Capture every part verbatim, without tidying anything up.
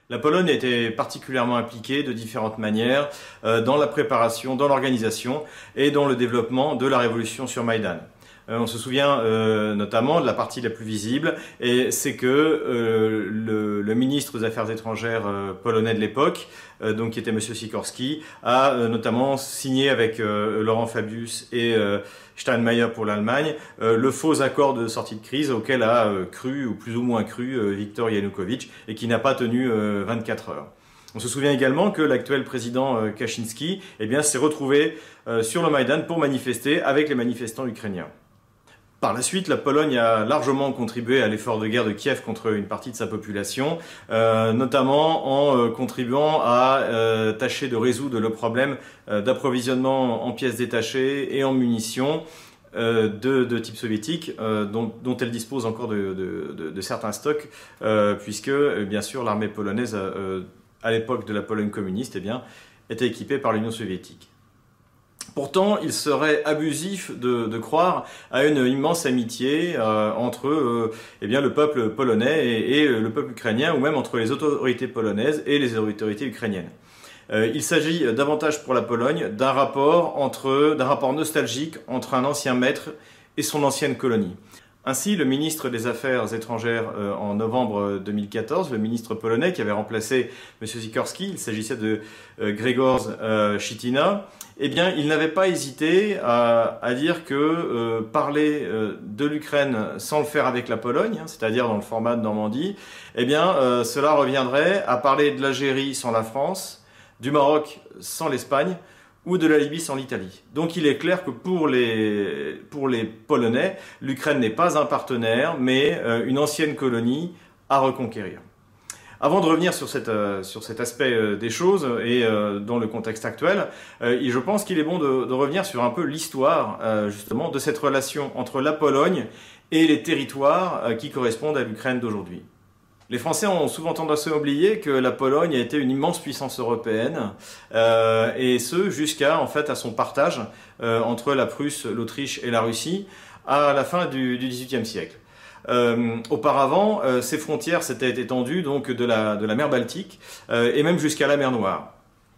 La Pologne était particulièrement impliquée de différentes manières euh, dans la préparation, dans l'organisation et dans le développement de la révolution sur Maïdan. Euh, on se souvient euh, notamment de la partie la plus visible, et c'est que euh, le, le ministre des Affaires étrangères euh, polonais de l'époque, euh, donc qui était Monsieur Sikorski, a euh, notamment signé avec euh, Laurent Fabius et euh, Steinmeier pour l'Allemagne euh, le faux accord de sortie de crise auquel a euh, cru, ou plus ou moins cru, euh, Viktor Yanukovych, et qui n'a pas tenu euh, vingt-quatre heures. On se souvient également que l'actuel président euh, Kaczynski eh bien, s'est retrouvé euh, sur le Maïdan pour manifester avec les manifestants ukrainiens. Par la suite, la Pologne a largement contribué à l'effort de guerre de Kiev contre une partie de sa population, euh, notamment en euh, contribuant à euh, tâcher de résoudre le problème euh, d'approvisionnement en pièces détachées et en munitions euh, de, de type soviétique, euh, dont, dont elle dispose encore de, de, de, de certains stocks, euh, puisque, bien sûr, l'armée polonaise, euh, à l'époque de la Pologne communiste, eh bien, était équipée par l'Union soviétique. Pourtant, il serait abusif de, de croire à une immense amitié euh, entre euh, eh bien, le peuple polonais et, et le peuple ukrainien, ou même entre les autorités polonaises et les autorités ukrainiennes. Euh, il s'agit davantage pour la Pologne d'un rapport, entre, d'un rapport nostalgique entre un ancien maître et son ancienne colonie. Ainsi, le ministre des Affaires étrangères euh, en novembre deux mille quatorze, le ministre polonais qui avait remplacé M. Sikorski, il s'agissait de euh, Grzegorz euh, Schetyna, eh bien, il n'avait pas hésité à, à dire que euh, parler euh, de l'Ukraine sans le faire avec la Pologne, hein, c'est-à-dire dans le format de Normandie, eh bien, euh, cela reviendrait à parler de l'Algérie sans la France, du Maroc sans l'Espagne, ou de la Libye sans l'Italie. Donc il est clair que pour les, pour les Polonais, l'Ukraine n'est pas un partenaire, mais euh, une ancienne colonie à reconquérir. Avant de revenir sur, cette, euh, sur cet aspect euh, des choses et euh, dans le contexte actuel, euh, je pense qu'il est bon de, de revenir sur un peu l'histoire euh, justement de cette relation entre la Pologne et les territoires euh, qui correspondent à l'Ukraine d'aujourd'hui. Les Français ont souvent tendance à oublier que la Pologne a été une immense puissance européenne, euh, et ce jusqu'à en fait à son partage euh, entre la Prusse, l'Autriche et la Russie à la fin du, du dix-huitième siècle. Euh, auparavant, euh, ces frontières s'étaient étendues donc de la, de la mer Baltique euh, et même jusqu'à la mer Noire.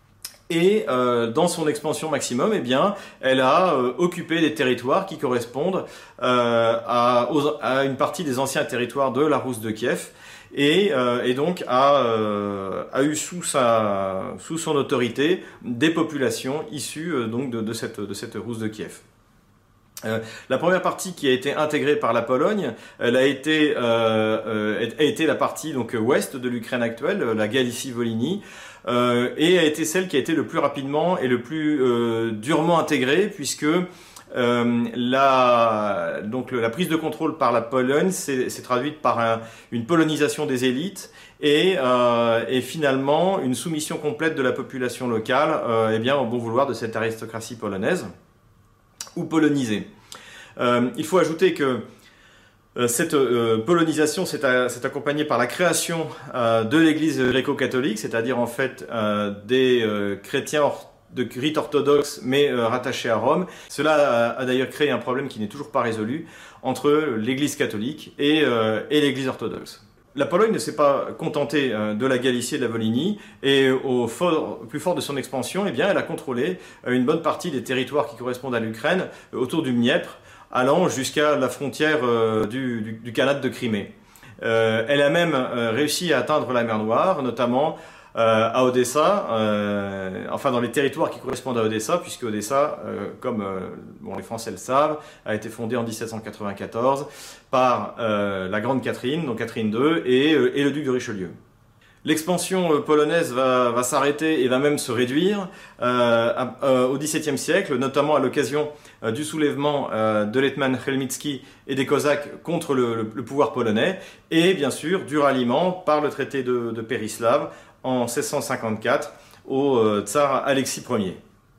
Et euh, dans son expansion maximum, eh bien, elle a euh, occupé des territoires qui correspondent euh, à, aux, à une partie des anciens territoires de la Rousse de Kiev. Et, euh, et donc a, euh, a eu sous, sa, sous son autorité des populations issues euh, donc de, de, cette, de cette Rousse de Kiev. Euh, la première partie qui a été intégrée par la Pologne, elle a été, euh, euh, a été la partie donc ouest de l'Ukraine actuelle, la Galicie-Volhynie, euh, et a été celle qui a été le plus rapidement et le plus euh, durement intégrée, puisque Euh, la, donc le, la prise de contrôle par la Pologne s'est traduite par un, une polonisation des élites et, euh, et finalement une soumission complète de la population locale euh, eh bien, au bon vouloir de cette aristocratie polonaise ou polonisée. Euh, il faut ajouter que euh, cette euh, polonisation s'est accompagnée par la création euh, de l'Église gréco-catholique, c'est-à-dire en fait euh, des euh, chrétiens orthodoxes de rite orthodoxe mais euh, rattaché à Rome. Cela a, a d'ailleurs créé un problème qui n'est toujours pas résolu entre l'Église catholique et, euh, et l'Église orthodoxe. La Pologne ne s'est pas contentée euh, de la Galicie et de la Volhynie, et au, fort, au plus fort de son expansion, eh bien, elle a contrôlé euh, une bonne partie des territoires qui correspondent à l'Ukraine euh, autour du Dniepr, allant jusqu'à la frontière euh, du, du, du Khanat de Crimée. Euh, elle a même euh, réussi à atteindre la mer Noire, notamment Euh, à Odessa, euh, enfin dans les territoires qui correspondent à Odessa, puisque Odessa, euh, comme euh, bon, les Français le savent, a été fondée en dix-sept cent quatre-vingt-quatorze par euh, la Grande Catherine, donc Catherine deux, et, euh, et le duc de Richelieu. L'expansion euh, polonaise va, va s'arrêter et va même se réduire euh, à, euh, au dix-septième siècle, notamment à l'occasion euh, du soulèvement euh, de l'Hetman Khmelnytsky et des Cosaques contre le, le, le pouvoir polonais, et bien sûr du ralliement par le traité de, de Péréslav en seize cent cinquante-quatre au euh, tsar Alexis Ier.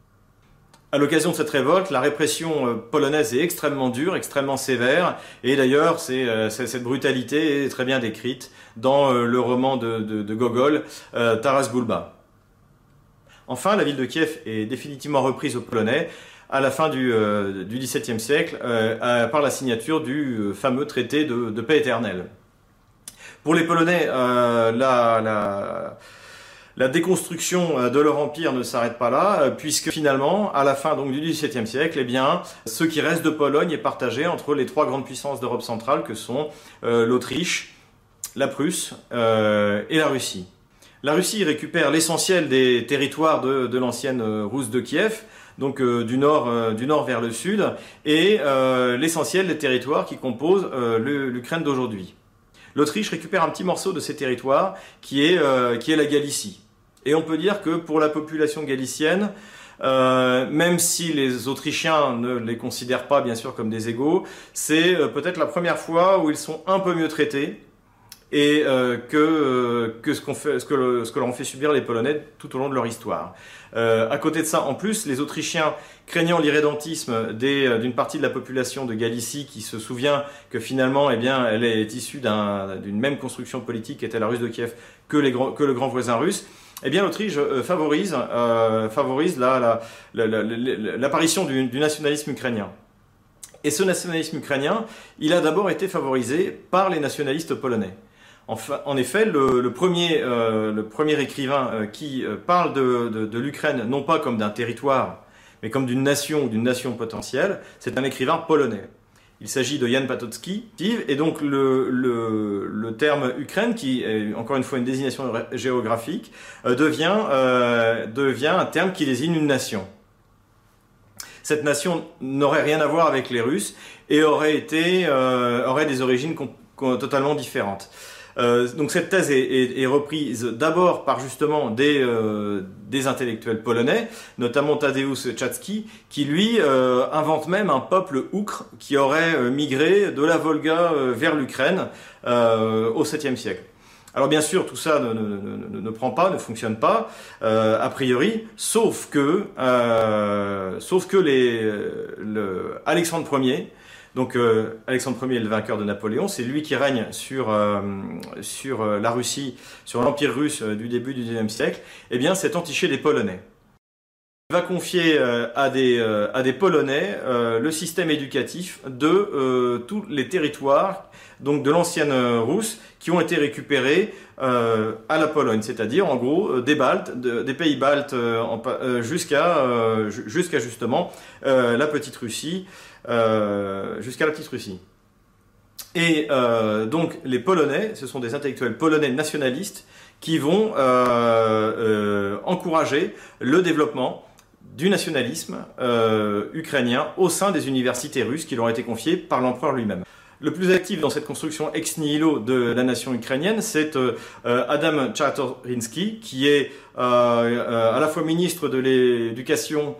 À l'occasion de cette révolte, la répression euh, polonaise est extrêmement dure, extrêmement sévère, et d'ailleurs euh, cette brutalité est très bien décrite dans euh, le roman de, de, de Gogol, euh, Taras Bulba. Enfin, la ville de Kiev est définitivement reprise aux Polonais à la fin du, euh, du dix-septième siècle euh, à, par la signature du euh, fameux traité de, de paix éternelle. Pour les Polonais, euh, la, la, la déconstruction de leur empire ne s'arrête pas là, puisque finalement, à la fin donc, du dix-septième siècle, eh bien, ce qui reste de Pologne est partagé entre les trois grandes puissances d'Europe centrale que sont euh, l'Autriche, la Prusse euh, et la Russie. La Russie récupère l'essentiel des territoires de, de l'ancienne Rousse de Kiev, donc euh, du, nord, euh, du nord vers le sud, et euh, l'essentiel des territoires qui composent euh, l'Ukraine d'aujourd'hui. L'Autriche récupère un petit morceau de ces territoires qui est, euh, qui est la Galicie. Et on peut dire que pour la population galicienne, euh, même si les Autrichiens ne les considèrent pas bien sûr comme des égaux, c'est euh, peut-être la première fois où ils sont un peu mieux traités et euh, que, euh, que, ce, qu'on fait, ce, que le, ce que leur ont fait subir les Polonais tout au long de leur histoire. Euh, à côté de ça, en plus, les Autrichiens, craignant l'irrédentisme d'une partie de la population de Galicie qui se souvient que finalement, eh bien, elle est issue d'un, d'une même construction politique qu'était la Russe de Kiev que, les grands, que le grand voisin russe, eh bien, l'Autriche euh, favorise, euh, favorise l'apparition la, la, la, du, du nationalisme ukrainien. Et ce nationalisme ukrainien, il a d'abord été favorisé par les nationalistes polonais. Enfin, en effet, le, le, premier, euh, le premier écrivain euh, qui euh, parle de, de, de l'Ukraine, non pas comme d'un territoire, mais comme d'une nation ou d'une nation potentielle, c'est un écrivain polonais. Il s'agit de Jan Potocki, et donc le, le, le terme Ukraine, qui est encore une fois une désignation géographique, euh, devient, euh, devient un terme qui désigne une nation. Cette nation n'aurait rien à voir avec les Russes et aurait, été, euh, aurait des origines totalement différentes. Euh, donc cette thèse est, est, est reprise d'abord par justement des, euh, des intellectuels polonais, notamment Tadeusz Czacki, qui lui euh, invente même un peuple oukre qui aurait euh, migré de la Volga euh, vers l'Ukraine euh, au septième siècle. Alors bien sûr, tout ça ne, ne, ne, ne prend pas, ne fonctionne pas, euh, a priori, sauf que, euh, sauf que les, le, Alexandre Ier, donc euh, Alexandre Ier est le vainqueur de Napoléon, c'est lui qui règne sur, euh, sur euh, la Russie, sur l'Empire russe euh, du début du dix-neuvième siècle, eh bien c'est entiché des Polonais. Il va confier euh, à, des, euh, à des Polonais euh, le système éducatif de euh, tous les territoires donc de l'ancienne Rousse qui ont été récupérés euh, à la Pologne, c'est-à-dire en gros euh, des Baltes, de, des pays baltes euh, euh, jusqu'à euh, jusqu'à justement euh, la petite Russie, euh, jusqu'à la petite Russie. Et euh, donc les Polonais, ce sont des intellectuels polonais nationalistes qui vont euh, euh, encourager le développement du nationalisme euh, ukrainien au sein des universités russes qui leur ont été confiées par l'empereur lui-même. Le plus actif dans cette construction ex nihilo de la nation ukrainienne, c'est euh, Adam Czartoryski, qui est euh, euh, à la fois ministre de l'éducation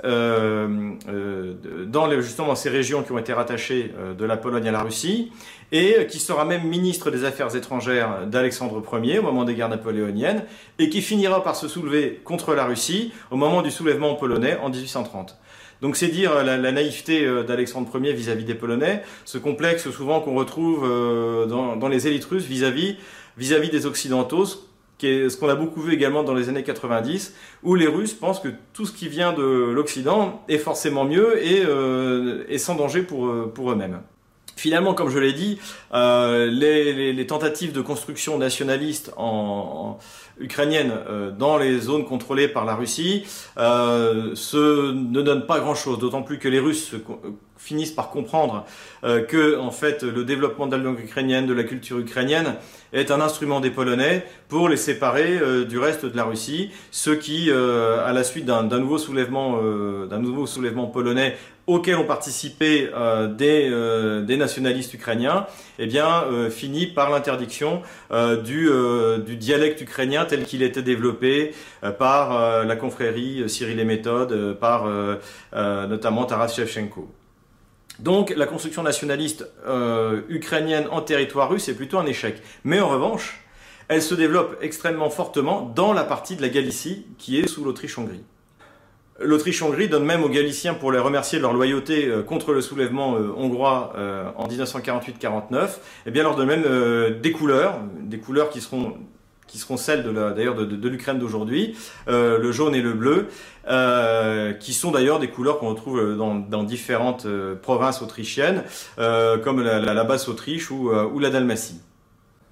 euh, euh, dans les, justement ces régions qui ont été rattachées euh, de la Pologne à la Russie, et qui sera même ministre des Affaires étrangères d'Alexandre Ier au moment des guerres napoléoniennes, et qui finira par se soulever contre la Russie au moment du soulèvement polonais en dix-huit cent trente. Donc c'est dire la, la naïveté d'Alexandre Ier vis-à-vis des Polonais, ce complexe souvent qu'on retrouve dans, dans les élites russes vis-à-vis vis-à-vis des Occidentaux, qui est ce qu'on a beaucoup vu également dans les années quatre-vingt-dix, où les Russes pensent que tout ce qui vient de l'Occident est forcément mieux et, euh, et sans danger pour, pour eux-mêmes. Finalement, comme je l'ai dit, euh, les, les, les tentatives de construction nationaliste en, en ukrainienne euh, dans les zones contrôlées par la Russie euh, se, ne donnent pas grand-chose, d'autant plus que les Russes se, finissent par comprendre euh, que en fait, le développement de la langue ukrainienne, de la culture ukrainienne, est un instrument des Polonais pour les séparer euh, du reste de la Russie, ce qui, euh, à la suite d'un nouveau soulèvement, euh, d'un nouveau soulèvement polonais, auquel ont participé euh, des, euh, des nationalistes ukrainiens, eh bien, euh, finit par l'interdiction euh, du, euh, du dialecte ukrainien tel qu'il était développé euh, par euh, la confrérie euh, Cyril et Méthode, euh, par euh, euh, notamment Taras Shevchenko. Donc la construction nationaliste euh, ukrainienne en territoire russe est plutôt un échec. Mais en revanche, elle se développe extrêmement fortement dans la partie de la Galicie qui est sous l'Autriche-Hongrie. L'Autriche-Hongrie donne même aux Galiciens, pour les remercier de leur loyauté euh, contre le soulèvement euh, hongrois euh, en mille neuf cent quarante-huit quarante-neuf, eh bien leur donne même euh, des couleurs, des couleurs qui seront qui seront celles de la, d'ailleurs de, de, de l'Ukraine d'aujourd'hui, euh, le jaune et le bleu, euh, qui sont d'ailleurs des couleurs qu'on retrouve dans, dans différentes euh, provinces autrichiennes, euh, comme la, la, la Basse-Autriche ou, euh, ou la Dalmatie.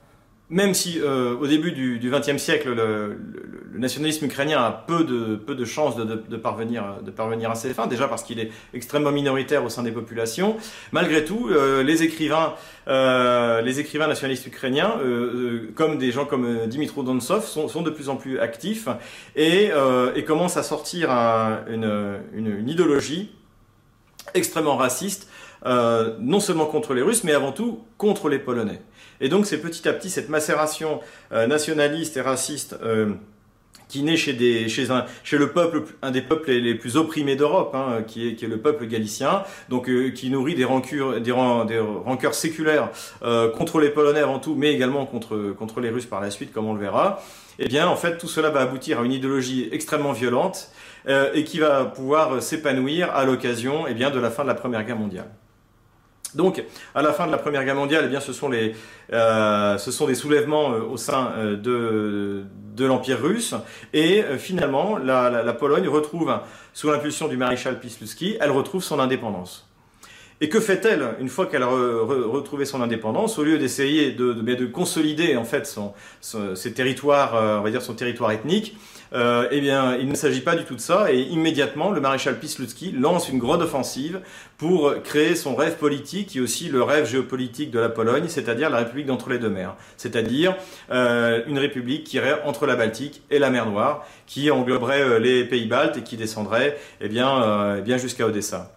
Même si euh, au début du vingtième siècle, le, le, le nationalisme ukrainien a peu de, peu de chances de, de, de, parvenir, de parvenir à ses fins, déjà parce qu'il est extrêmement minoritaire au sein des populations, malgré tout, euh, les, écrivains, euh, les écrivains nationalistes ukrainiens, euh, euh, comme des gens comme Dimitro Dontsov, sont, sont de plus en plus actifs et, euh, et commencent à sortir un, une, une, une idéologie extrêmement raciste, euh, non seulement contre les Russes, mais avant tout contre les Polonais. Et donc c'est petit à petit cette macération euh, nationaliste et raciste euh, qui naît chez, des, chez, un, chez le peuple, un des peuples les, les plus opprimés d'Europe, hein, qui, est, qui est le peuple galicien, donc euh, qui nourrit des rancœurs, des, des rancœurs séculaires euh, contre les Polonais avant tout, mais également contre, contre les Russes par la suite, comme on le verra. Eh bien, en fait, tout cela va aboutir à une idéologie extrêmement violente euh, et qui va pouvoir s'épanouir à l'occasion eh bien, de la fin de la Première Guerre mondiale. Donc, à la fin de la Première Guerre mondiale, eh bien, ce sont, les, euh, ce sont des soulèvements euh, au sein euh, de, de l'Empire russe. Et euh, finalement, la, la, la Pologne retrouve, sous l'impulsion du maréchal Pilsudski, elle retrouve son indépendance. Et que fait-elle une fois qu'elle a re, re, retrouvé son indépendance? Au lieu d'essayer de, de, de consolider en fait son, son, ses territoires, euh, on va dire son territoire ethnique, euh, eh bien, il ne s'agit pas du tout de ça. Et immédiatement, le maréchal Pilsudski lance une grande offensive pour créer son rêve politique, qui est aussi le rêve géopolitique de la Pologne, c'est-à-dire la République d'entre les deux mers, c'est-à-dire euh, une république qui irait entre la Baltique et la mer Noire, qui engloberait euh, les pays baltes et qui descendrait eh bien, euh, eh bien jusqu'à Odessa.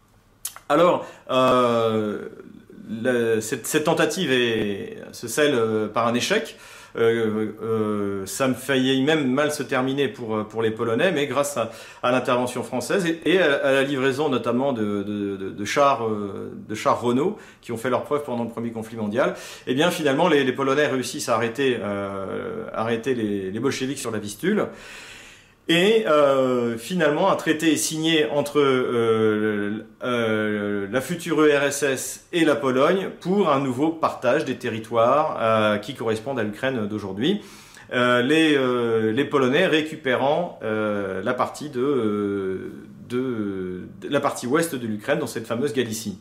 Alors, euh, la, cette, cette tentative est, se scelle euh, par un échec. Euh, euh, ça me faillit même mal se terminer pour, pour les Polonais, mais grâce à, à l'intervention française et, et à, à la livraison notamment de, de, de, de, chars, euh, de chars Renault qui ont fait leurs preuves pendant le premier conflit mondial, eh bien finalement les, les Polonais réussissent à arrêter, euh, arrêter les, les bolcheviks sur la Vistule. Et euh, finalement, un traité est signé entre euh, euh, la future U R S S et la Pologne pour un nouveau partage des territoires euh, qui correspondent à l'Ukraine d'aujourd'hui. Euh, les, euh, les Polonais récupérant euh, la partie de, de, de la partie ouest de l'Ukraine dans cette fameuse Galicie.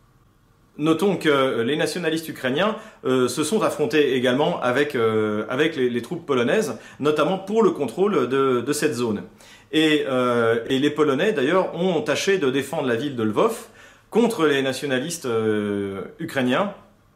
Notons que les nationalistes ukrainiens euh, se sont affrontés également avec, euh, avec les, les troupes polonaises, notamment pour le contrôle de, de cette zone. Et, euh, et les Polonais, d'ailleurs, ont tâché de défendre la ville de Lvov contre les nationalistes euh, ukrainiens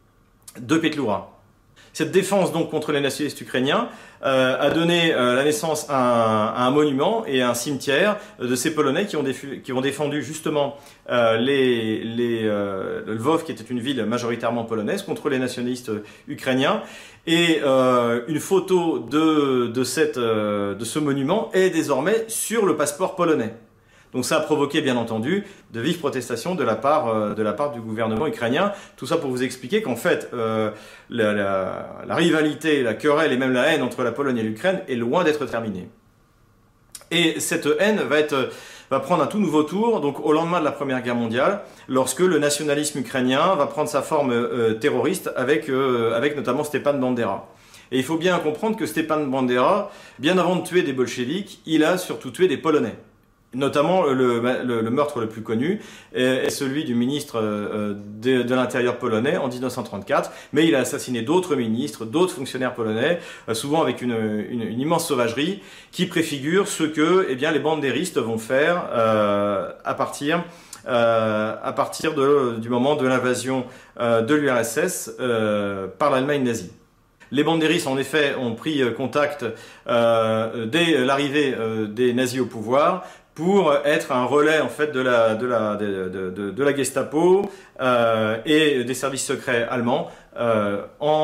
de Petloura. Cette défense donc contre les nationalistes ukrainiens euh, a donné euh, la naissance à un, à un monument et à un cimetière de ces Polonais qui ont, défu, qui ont défendu justement euh, les, les, euh, Lvov, qui était une ville majoritairement polonaise, contre les nationalistes ukrainiens. Et euh, une photo de, de, cette, euh, de ce monument est désormais sur le passeport polonais. Donc ça a provoqué, bien entendu, de vives protestations de la part, euh, de la part du gouvernement ukrainien. Tout ça pour vous expliquer qu'en fait, euh, la, la, la rivalité, la querelle et même la haine entre la Pologne et l'Ukraine est loin d'être terminée. Et cette haine va, être, va prendre un tout nouveau tour, donc au lendemain de la Première Guerre mondiale, lorsque le nationalisme ukrainien va prendre sa forme euh, terroriste avec, euh, avec notamment Stepan Bandera. Et il faut bien comprendre que Stepan Bandera, bien avant de tuer des bolcheviks, il a surtout tué des Polonais. Notamment, le, le, le meurtre le plus connu est, est celui du ministre euh, de, de l'Intérieur polonais en mille neuf cent trente-quatre, mais il a assassiné d'autres ministres, d'autres fonctionnaires polonais, euh, souvent avec une, une, une immense sauvagerie, qui préfigure ce que eh bien, les bandéristes vont faire euh, à partir, euh, à partir de, du moment de l'invasion euh, de l'U R S S euh, par l'Allemagne nazie. Les bandéristes, en effet, ont pris contact euh, dès l'arrivée euh, des nazis au pouvoir pour être un relais en fait de la de la de, de, de, de la Gestapo euh, et des services secrets allemands euh,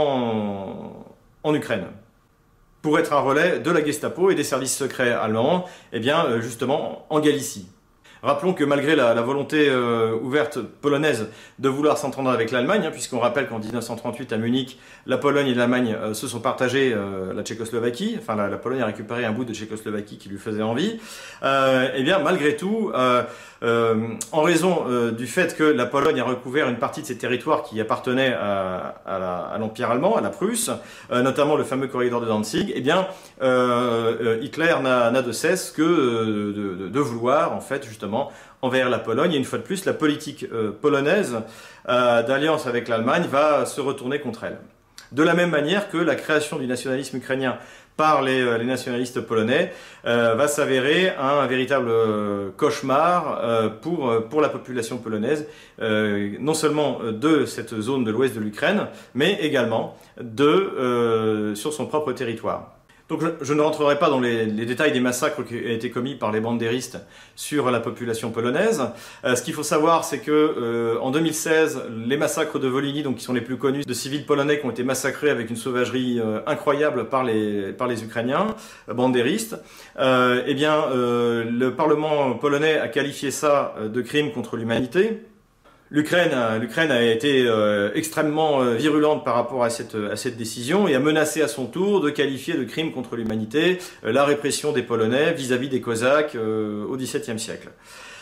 en en Ukraine. Pour être un relais de la Gestapo et des services secrets allemands, eh bien justement en Galicie. Rappelons que malgré la, la volonté euh, ouverte polonaise de vouloir s'entendre avec l'Allemagne, hein, puisqu'on rappelle qu'en mille neuf cent trente-huit à Munich, la Pologne et l'Allemagne euh, se sont partagés euh, la Tchécoslovaquie, enfin la, la Pologne a récupéré un bout de Tchécoslovaquie qui lui faisait envie, euh, et bien malgré tout, euh, euh, en raison euh, du fait que la Pologne a recouvert une partie de ses territoires qui appartenaient à, à l'Empire allemand, à la Prusse, euh, notamment le fameux corridor de Danzig, et bien euh, Hitler n'a de cesse que euh, de, de, de vouloir en fait justement envers la Pologne, et une fois de plus, la politique euh, polonaise euh, d'alliance avec l'Allemagne va se retourner contre elle. De la même manière que la création du nationalisme ukrainien par les, les nationalistes polonais euh, va s'avérer un, un véritable euh, cauchemar euh, pour, pour la population polonaise, euh, non seulement de cette zone de l'ouest de l'Ukraine, mais également de, euh, sur son propre territoire. Donc je, je ne rentrerai pas dans les, les détails des massacres qui ont été commis par les bandéristes sur la population polonaise. Euh, ce qu'il faut savoir, c'est que euh, en deux mille seize, les massacres de Volhynie, donc qui sont les plus connus, de civils polonais qui ont été massacrés avec une sauvagerie euh, incroyable par les, par les Ukrainiens euh, bandéristes, euh, eh bien euh, le Parlement polonais a qualifié ça de crime contre l'humanité. L'Ukraine, l'Ukraine a été euh, extrêmement euh, virulente par rapport à cette, à cette décision et a menacé à son tour de qualifier de crime contre l'humanité euh, la répression des Polonais vis-à-vis des Cosaques euh, au dix-septième siècle.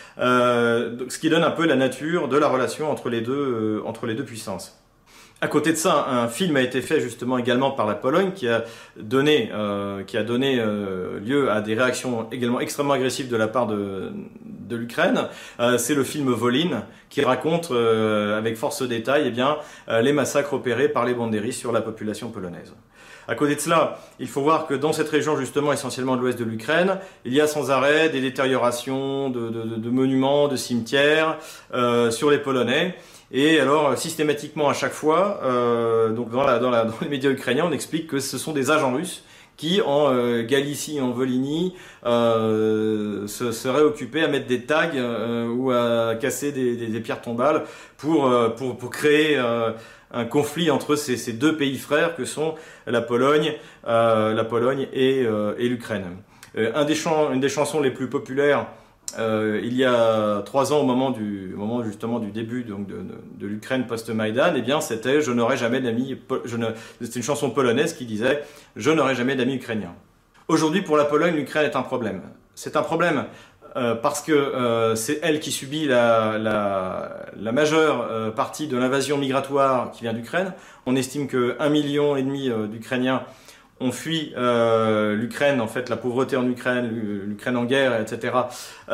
Euh, donc, ce qui donne un peu la nature de la relation entre les deux, euh, entre les deux puissances. À côté de ça, un film a été fait justement également par la Pologne qui a donné, euh, qui a donné euh, lieu à des réactions également extrêmement agressives de la part de, de l'Ukraine. Euh, c'est le film Volyn qui raconte euh, avec force détail eh bien, euh, les massacres opérés par les bandéristes sur la population polonaise. À côté de cela, il faut voir que dans cette région justement essentiellement de l'ouest de l'Ukraine, il y a sans arrêt des détériorations de, de, de monuments, de cimetières euh, sur les Polonais. Et alors, systématiquement à chaque fois, euh, donc dans, la, dans, la, dans les médias ukrainiens, on explique que ce sont des agents russes qui, en euh, Galicie, en Volhynie, euh, se seraient occupés à mettre des tags euh, ou à casser des, des, des pierres tombales pour, euh, pour, pour créer euh, un conflit entre ces, ces deux pays frères que sont la Pologne, euh, la Pologne et, euh, et l'Ukraine. Euh, un des chants, une des chansons les plus populaires Euh, il y a trois ans, au moment du, au moment justement du début donc de, de, de l'Ukraine post-Maïdan, eh bien c'était je n'aurai jamais d'amis. C'était une chanson polonaise qui disait je n'aurai jamais d'amis ukrainiens. Aujourd'hui, pour la Pologne, l'Ukraine est un problème. C'est un problème euh, parce que euh, c'est elle qui subit la, la, la majeure euh, partie de l'invasion migratoire qui vient d'Ukraine. On estime que un million et demi euh, d'Ukrainiens on fuit euh, l'Ukraine, en fait, la pauvreté en Ukraine, l'Ukraine en guerre, et cetera, euh,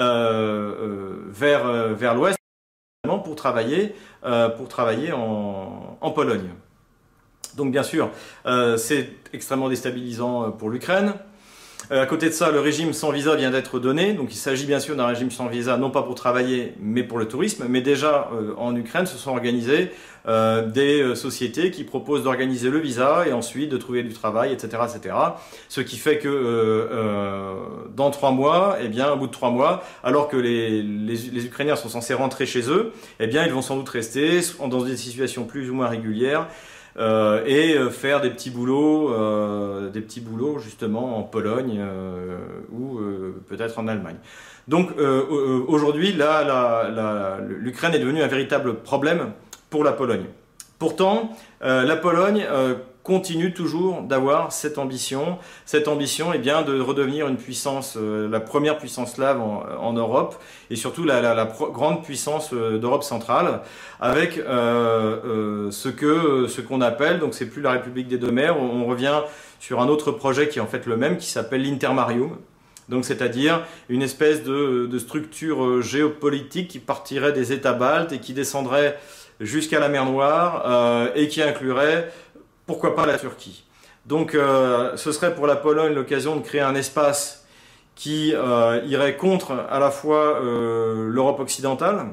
euh, vers, euh, vers l'Ouest, pour travailler, euh, pour travailler en, en Pologne. Donc, bien sûr, euh, c'est extrêmement déstabilisant pour l'Ukraine. Euh, à côté de ça, le régime sans visa vient d'être donné. Donc il s'agit bien sûr d'un régime sans visa, non pas pour travailler, mais pour le tourisme. Mais déjà, euh, en Ukraine, se sont organisées euh, des euh, sociétés qui proposent d'organiser le visa et ensuite de trouver du travail, et cetera, et cetera. Ce qui fait que euh, euh, dans trois mois, eh bien, au bout de trois mois, alors que les, les, les Ukrainiens sont censés rentrer chez eux, eh bien, ils vont sans doute rester dans des situations plus ou moins régulières. Euh, et faire des petits boulots, euh, des petits boulots justement en Pologne euh, ou euh, peut-être en Allemagne. Donc euh, aujourd'hui, là, la, la, l'Ukraine est devenue un véritable problème pour la Pologne. Pourtant, euh, la Pologne euh, continue toujours d'avoir cette ambition, cette ambition est bien de redevenir une puissance, euh, la première puissance slave en, en Europe et surtout la, la, la pro- grande puissance euh, d'Europe centrale, avec euh, euh, ce que ce qu'on appelle, donc c'est plus la République des deux mers, on, on revient sur un autre projet qui est en fait le même, qui s'appelle l'Intermarium. Donc, c'est-à-dire une espèce de, de structure géopolitique qui partirait des États baltes et qui descendrait jusqu'à la mer Noire euh, et qui inclurait, pourquoi pas, la Turquie. Donc euh, ce serait pour la Pologne l'occasion de créer un espace qui euh, irait contre à la fois euh, l'Europe occidentale,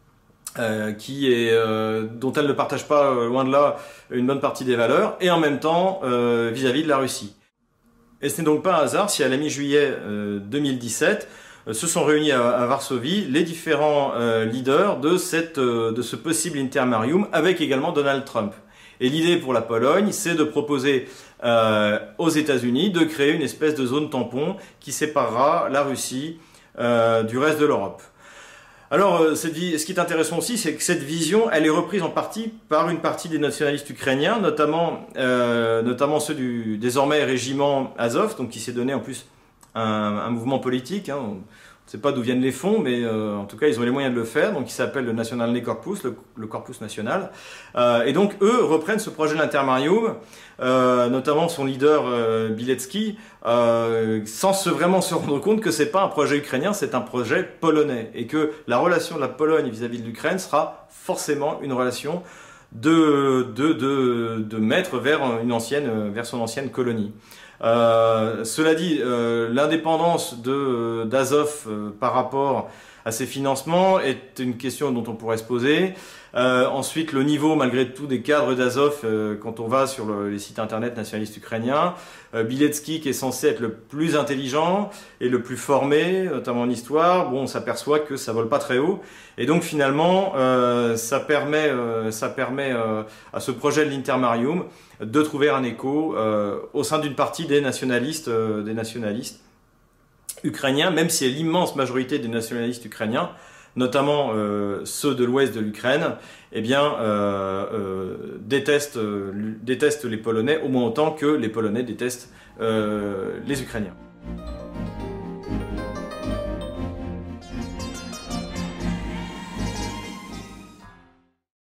euh, qui est, euh, dont elle ne partage pas, euh, loin de là, une bonne partie des valeurs, et en même temps euh, vis-à-vis de la Russie. Et ce n'est donc pas un hasard si à la mi-juillet euh, deux mille dix-sept, se sont réunis à, à Varsovie les différents euh, leaders de, cette, euh, de ce possible Intermarium, avec également Donald Trump. Et l'idée pour la Pologne, c'est de proposer euh, aux États-Unis de créer une espèce de zone tampon qui séparera la Russie euh, du reste de l'Europe. Alors, euh, cette vie, ce qui est intéressant aussi, c'est que cette vision, elle est reprise en partie par une partie des nationalistes ukrainiens, notamment, euh, notamment ceux du désormais régiment Azov, donc qui s'est donné en plus un, un mouvement politique. Hein. On ne sait pas d'où viennent les fonds, mais euh, en tout cas, ils ont les moyens de le faire. Donc, il s'appelle le Nationalny Korpus, le, le Corpus national. Euh, et donc, eux reprennent ce projet d'Intermarium, euh, notamment son leader euh, Bilecki, euh, sans se, vraiment se rendre compte que c'est pas un projet ukrainien, c'est un projet polonais, et que la relation de la Pologne vis-à-vis de l'Ukraine sera forcément une relation de, de, de, de mettre vers, une ancienne, vers son ancienne colonie. Euh, cela dit, euh, l'indépendance de, d'Azov euh, par rapport à ses financements est une question dont on pourrait se poser. Euh, ensuite, le niveau, malgré tout, des cadres d'Azov, euh, quand on va sur le, les sites internet nationalistes ukrainiens, euh, Bilecki, qui est censé être le plus intelligent et le plus formé, notamment en histoire, bon, on s'aperçoit que ça vole pas très haut. Et donc, finalement, euh, ça permet, euh, ça permet euh, à ce projet de l'Intermarium de trouver un écho euh, au sein d'une partie des nationalistes, euh, des nationalistes ukrainiens, même si l'immense majorité des nationalistes ukrainiens, notamment euh, ceux de l'ouest de l'Ukraine, eh bien, euh, euh, détestent, euh, détestent les Polonais au moins autant que les Polonais détestent euh, les Ukrainiens.